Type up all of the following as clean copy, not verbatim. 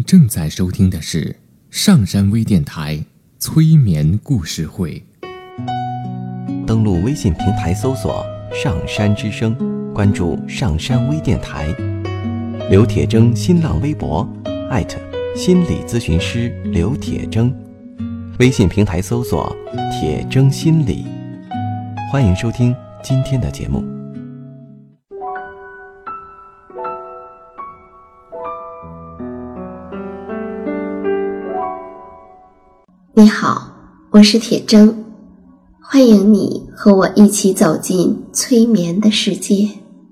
正在收听的是上山微电台催眠故事会。 登录微信平台搜索上山之声，关注上山微电台，刘铁铮新浪微博心理咨询师刘铁铮，微信平台搜索铁铮心理。欢迎收听今天的节目。 你好，我是铁铮，欢迎你和我一起走进催眠的世界。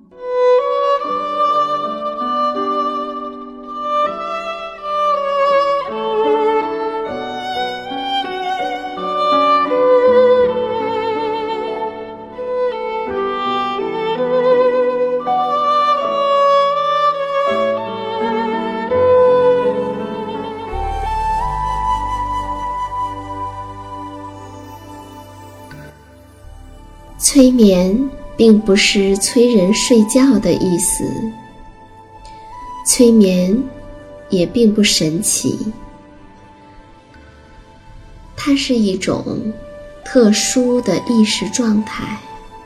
催眠并不是催人睡觉的意思，催眠也并不神奇，它是一种特殊的意识状态。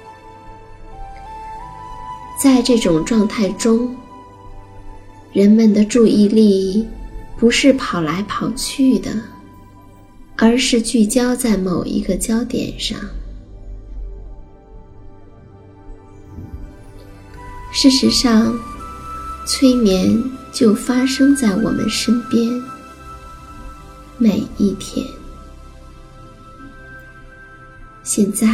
在这种状态中，人们的注意力不是跑来跑去的，而是聚焦在某一个焦点上。事实上，催眠就发生在我们身边，每一天。现在，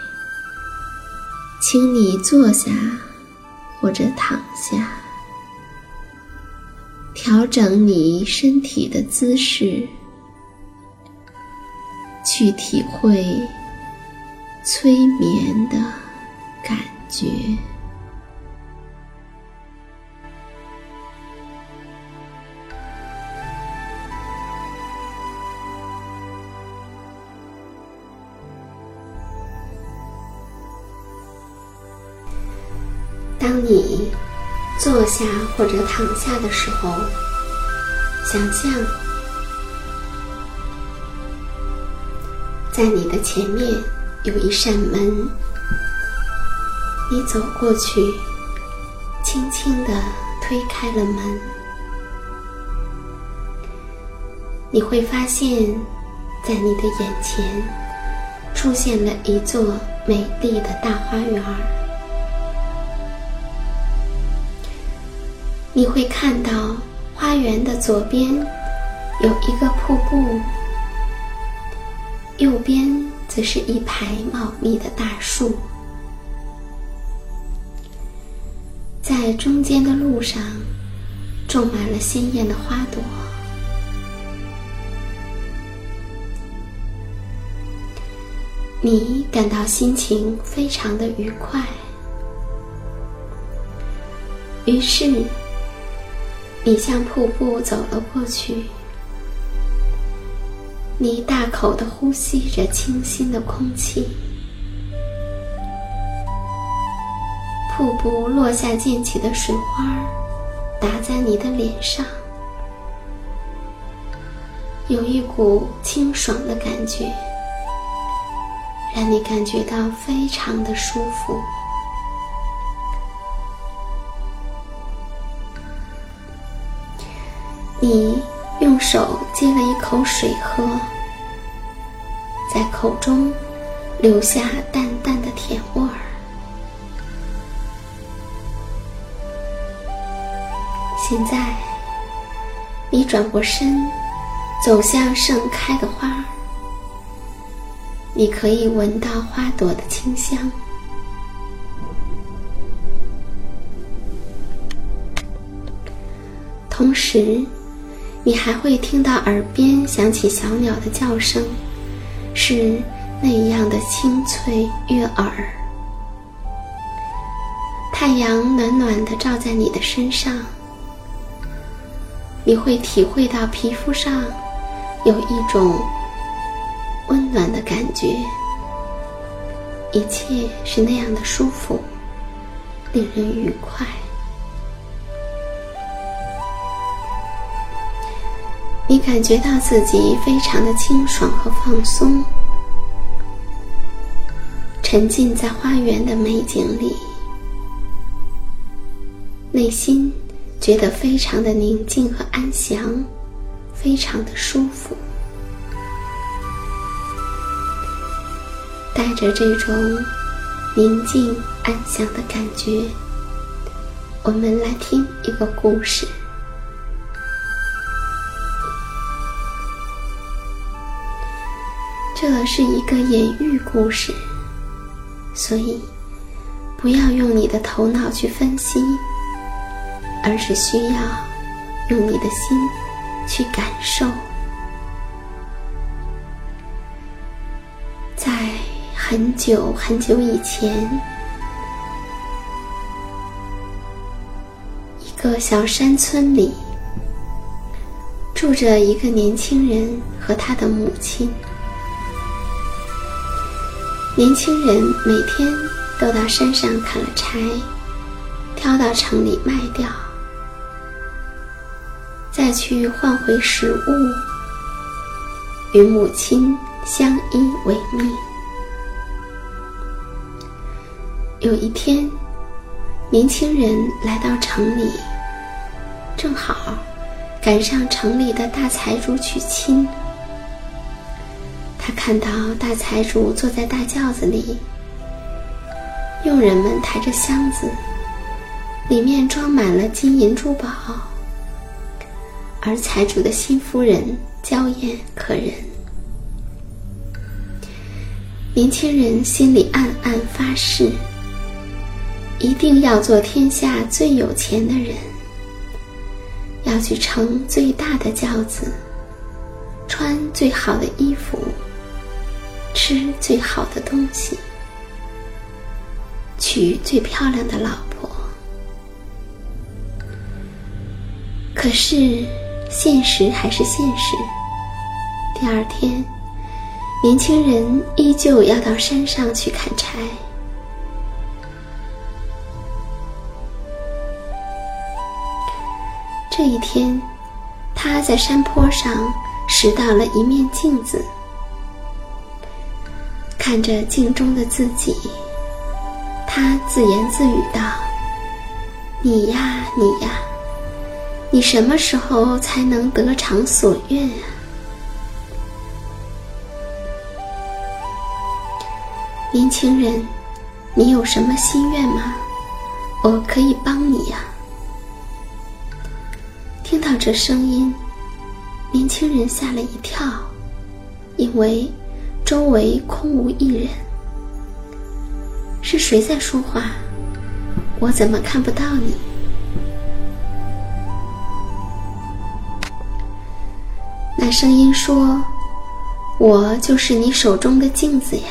请你坐下或者躺下，调整你身体的姿势，去体会催眠的感觉。当你坐下或者躺下的时候，想象在你的前面有一扇门，你走过去，轻轻地推开了门。你会发现，在你的眼前出现了一座美丽的大花园。你会看到花园的左边有一个瀑布，右边则是一排茂密的大树。在中间的路上种满了鲜艳的花朵。你感到心情非常的愉快，于是你向瀑布走了过去，你大口地呼吸着清新的空气。瀑布落下溅起的水花打在你的脸上，有一股清爽的感觉，让你感觉到非常的舒服。你用手接了一口水喝，在口中留下淡淡的甜味儿。现在，你转过身，走向盛开的花，你可以闻到花朵的清香。同时，你还会听到耳边响起小鸟的叫声，是那样的清脆悦耳。太阳暖暖地照在你的身上，你会体会到皮肤上有一种温暖的感觉，一切是那样的舒服，令人愉快。 你感觉到自己非常的清爽和放松，沉浸在花园的美景里，内心觉得非常的宁静和安详，非常的舒服。带着这种宁静安详的感觉，我们来听一个故事。这是一个隐喻故事，所以不要用你的头脑去分析，而是需要用你的心去感受。在很久很久以前，一个小山村里住着一个年轻人和他的母亲。年轻人每天都到山上砍了柴，挑到城里卖掉，再去换回食物，与母亲相依为命。有一天，年轻人来到城里，正好赶上城里的大财主娶亲。他看到大财主坐在大轿子里，佣人们抬着箱子，里面装满了金银珠宝，而财主的新夫人娇艳可人。年轻人心里暗暗发誓，一定要做天下最有钱的人，要去乘最大的轿子，穿最好的衣服，吃最好的东西，娶最漂亮的老婆。可是现实还是现实，第二天，年轻人依旧要到山上去砍柴。这一天，他在山坡上拾到了一面镜子，看着镜中的自己，他自言自语道：“你呀，你呀，你什么时候才能得偿所愿啊？”年轻人，你有什么心愿吗？我可以帮你呀。听到这声音，年轻人吓了一跳，因为周围空无一人。是谁在说话？我怎么看不到你？那声音说：“我就是你手中的镜子呀。”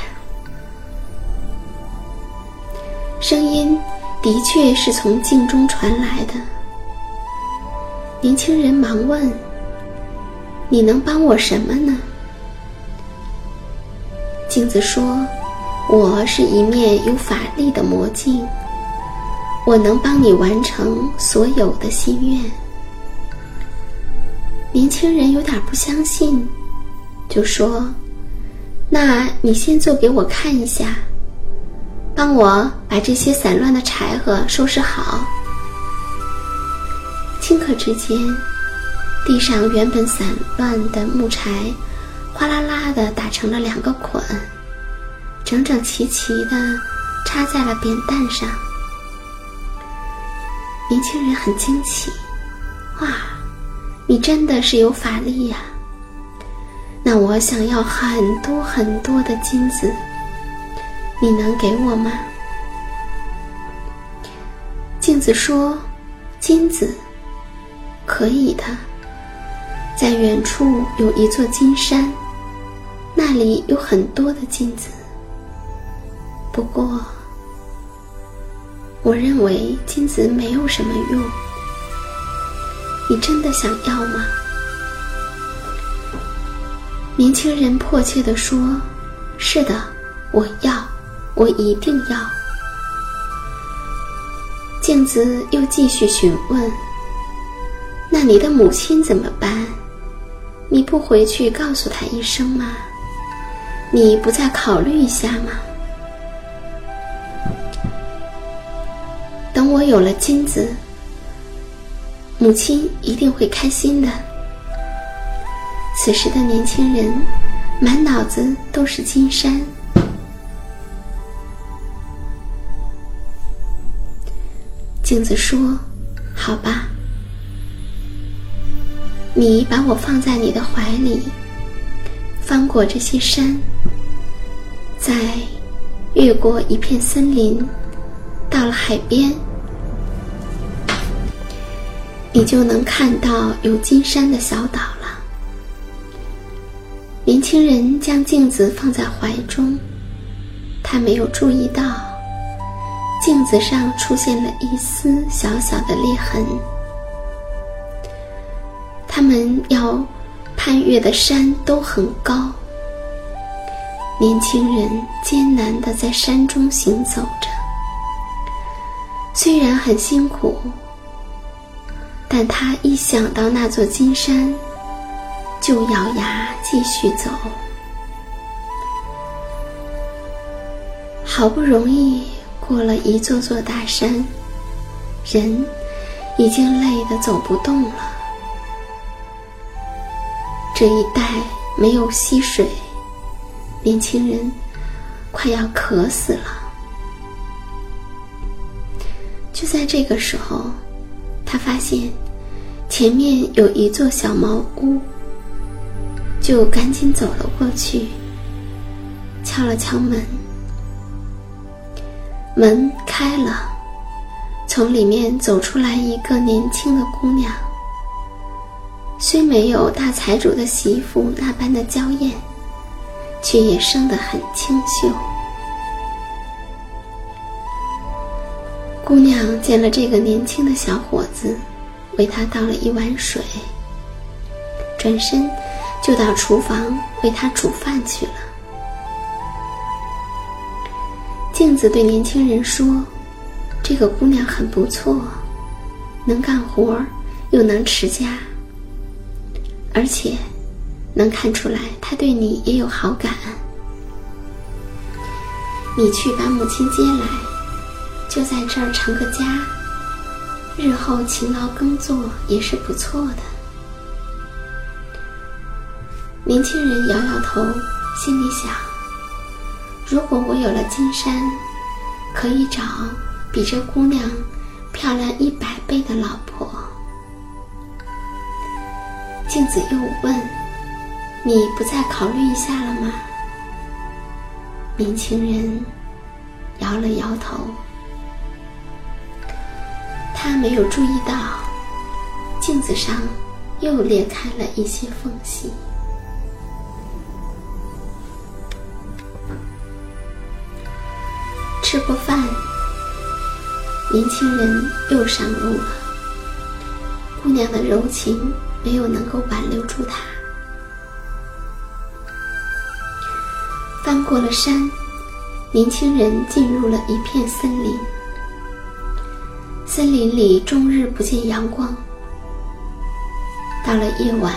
声音的确是从镜中传来的。年轻人忙问：“你能帮我什么呢？”镜子说：“我是一面有法力的魔镜，我能帮你完成所有的心愿。”年轻人有点不相信，就说：“那你先做给我看一下，帮我把这些散乱的柴禾收拾好。”顷刻之间，地上原本散乱的木柴哗啦啦地打成了2个捆，整整齐齐地插在了扁担上。年轻人很惊奇：“哇，你真的是有法力呀！那我想要很多很多的金子，你能给我吗？”镜子说：“金子？可以的，在远处有一座金山，那里有很多的金子。不过，我认为金子没有什么用。你真的想要吗？”年轻人迫切地说：“是的，我要，我一定要。”镜子又继续询问：“那你的母亲怎么办？ 你不回去告诉他一声吗？你不再考虑一下吗？等我有了金子，母亲一定会开心的。此时的年轻人满脑子都是金山。镜子说：好吧，你把我放在你的怀里，翻过这些山，再越过一片森林，到了海边，你就能看到有金山的小岛了。年轻人将镜子放在怀中，他没有注意到镜子上出现了一丝小小的裂痕。他们要攀越的山都很高，年轻人艰难地在山中行走着，虽然很辛苦，但他一想到那座金山，就咬牙继续走。好不容易过了一座座大山，人已经累得走不动了。这一带没有溪水，年轻人快要渴死了。就在这个时候，他发现前面有一座小茅屋，就赶紧走了过去，敲了敲门。门开了，从里面走出来一个年轻的姑娘，虽没有大财主的媳妇那般的娇艳，却也生得很清秀。姑娘见了这个年轻的小伙子，为他倒了一碗水，转身就到厨房为他煮饭去了。镜子对年轻人说：这个姑娘很不错，能干活又能持家，而且能看出来她对你也有好感。你去把母亲接来，就在这儿成个家，日后勤劳耕作也是不错的。年轻人摇摇头，心里想：如果我有了金山，可以找比这姑娘漂亮100倍的老婆。镜子又问：你不再考虑一下了吗？年轻人摇了摇头。他没有注意到镜子上又裂开了一些缝隙。吃过饭，年轻人又上路了。姑娘的柔情没有能够挽留住他。翻过了山，年轻人进入了一片森林。森林里终日不见阳光，到了夜晚，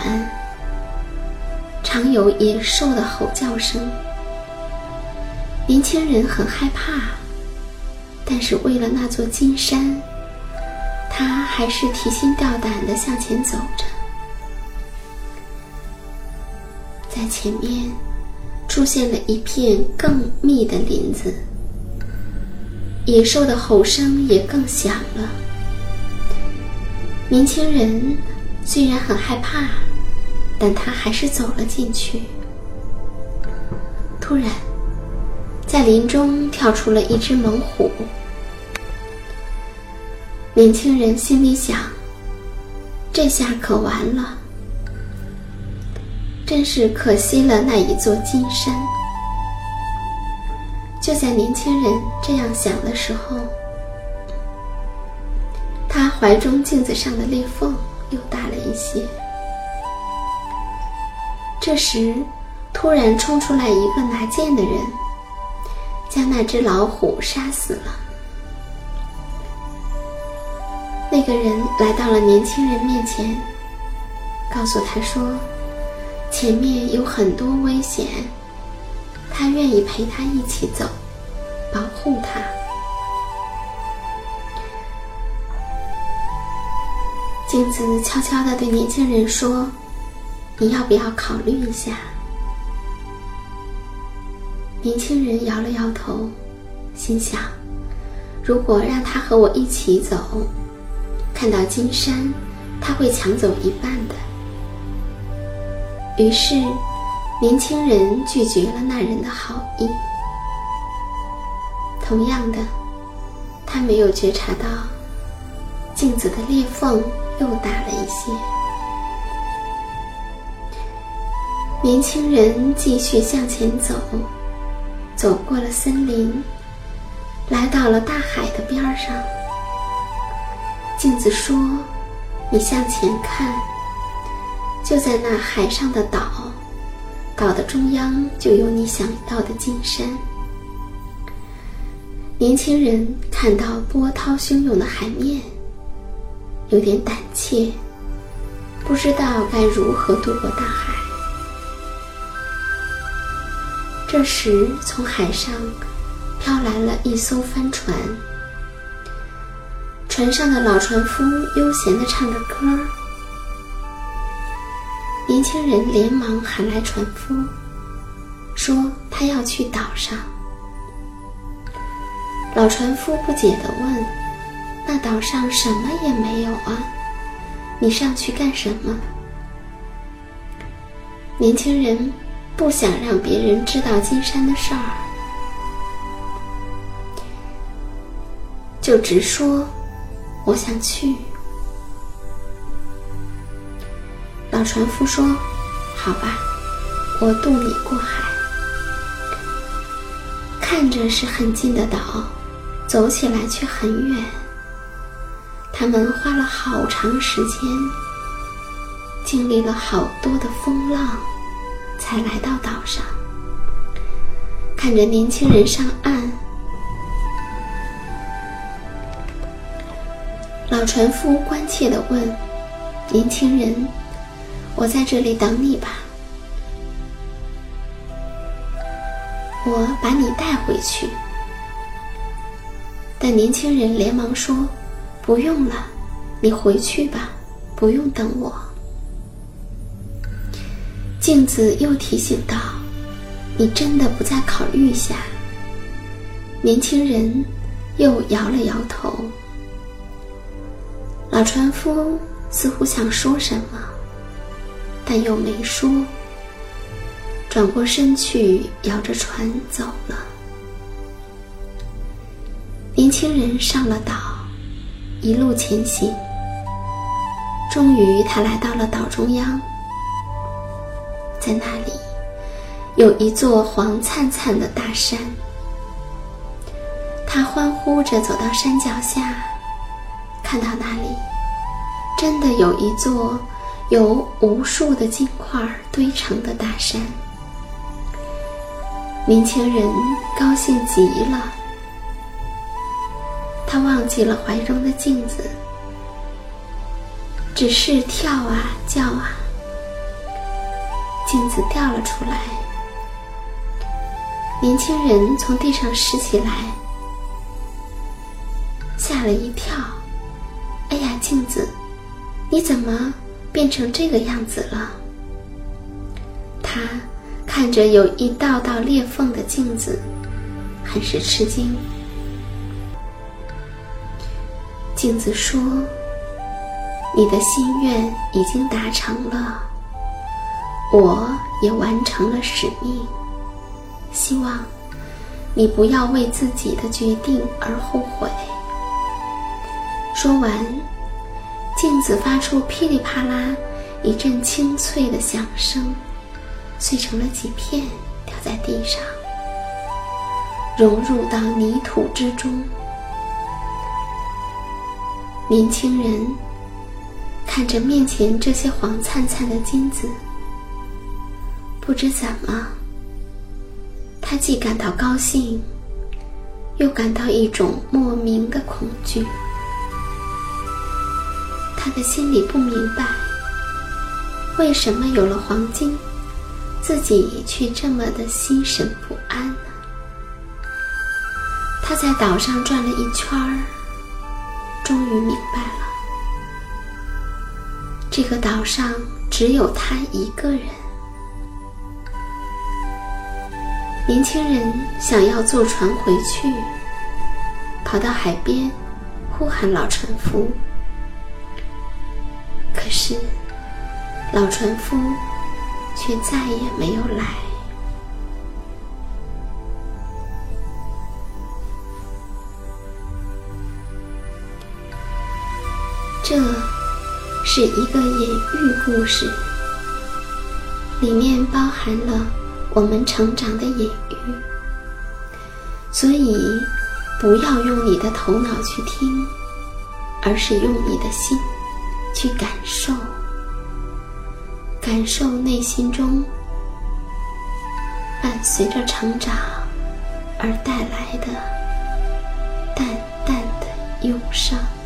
常有野兽的吼叫声。年轻人很害怕，但是为了那座金山，他还是提心吊胆地向前走着。在前面出现了一片更密的林子，野兽的吼声也更响了。年轻人虽然很害怕，但他还是走了进去。突然，在林中跳出了一只猛虎。年轻人心里想：这下可完了，真是可惜了那一座金山。就在年轻人这样想的时候，他怀中镜子上的裂缝又大了一些。这时突然冲出来一个拿剑的人，将那只老虎杀死了。那个人来到了年轻人面前，告诉他说： 前面有很多危险，他愿意陪他一起走，保护他。镜子悄悄地对年轻人说：“你要不要考虑一下？”年轻人摇了摇头，心想：如果让他和我一起走，看到金山，他会抢走一半的。于是，年轻人拒绝了那人的好意。同样的，他没有觉察到镜子的裂缝又大了一些。年轻人继续向前走，走过了森林，来到了大海的边上。镜子说：“你向前看，就在那海上的岛，岛的中央就有你想要的金山。”年轻人看到波涛汹涌的海面，有点胆怯，不知道该如何渡过大海。这时，从海上飘来了一艘帆船，船上的老船夫悠闲地唱着歌。年轻人连忙喊来船夫，说他要去岛上。老船夫不解地问：“那岛上什么也没有啊，你上去干什么？”年轻人不想让别人知道金山的事儿，就直说：“我想去。”老船夫说：“好吧，我渡你过海。”看着是很近的岛，走起来却很远。他们花了好长时间，经历了好多的风浪，才来到岛上。看着年轻人上岸，老船夫关切地问年轻人：“我在这里等你吧，我把你带回去。”但年轻人连忙说：“不用了，你回去吧，不用等我。”镜子又提醒道：“你真的不再考虑一下？”年轻人又摇了摇头。老船夫似乎想说什么，但又没说，转过身去摇着船走了。年轻人上了岛，一路前行。终于他来到了岛中央，在那里有一座黄灿灿的大山。他欢呼着走到山脚下，看到那里真的有一座由无数的金块堆成的大山。年轻人高兴极了，他忘记了怀中的镜子，只是跳啊叫啊。镜子掉了出来，年轻人从地上拾起来，吓了一跳。哎呀，镜子，你怎么变成这个样子了？他看着有一道道裂缝的镜子，很是吃惊。镜子说：“你的心愿已经达成了，我也完成了使命，希望你不要为自己的决定而后悔。”说完，镜子发出噼里啪啦一阵清脆的响声，碎成了几片，掉在地上，融入到泥土之中。年轻人看着面前这些黄灿灿的金子，不知怎么，他既感到高兴，又感到一种莫名的恐惧。他的心里不明白，为什么有了黄金自己却这么的心神不安呢？他在岛上转了一圈儿，终于明白了，这个岛上只有他一个人。年轻人想要坐船回去，跑到海边呼喊老船夫，可是老船夫却再也没有来。这是一个隐喻故事，里面包含了我们成长的隐喻，所以不要用你的头脑去听，而是用你的心去感受，感受内心中伴随着成长而带来的淡淡的忧伤。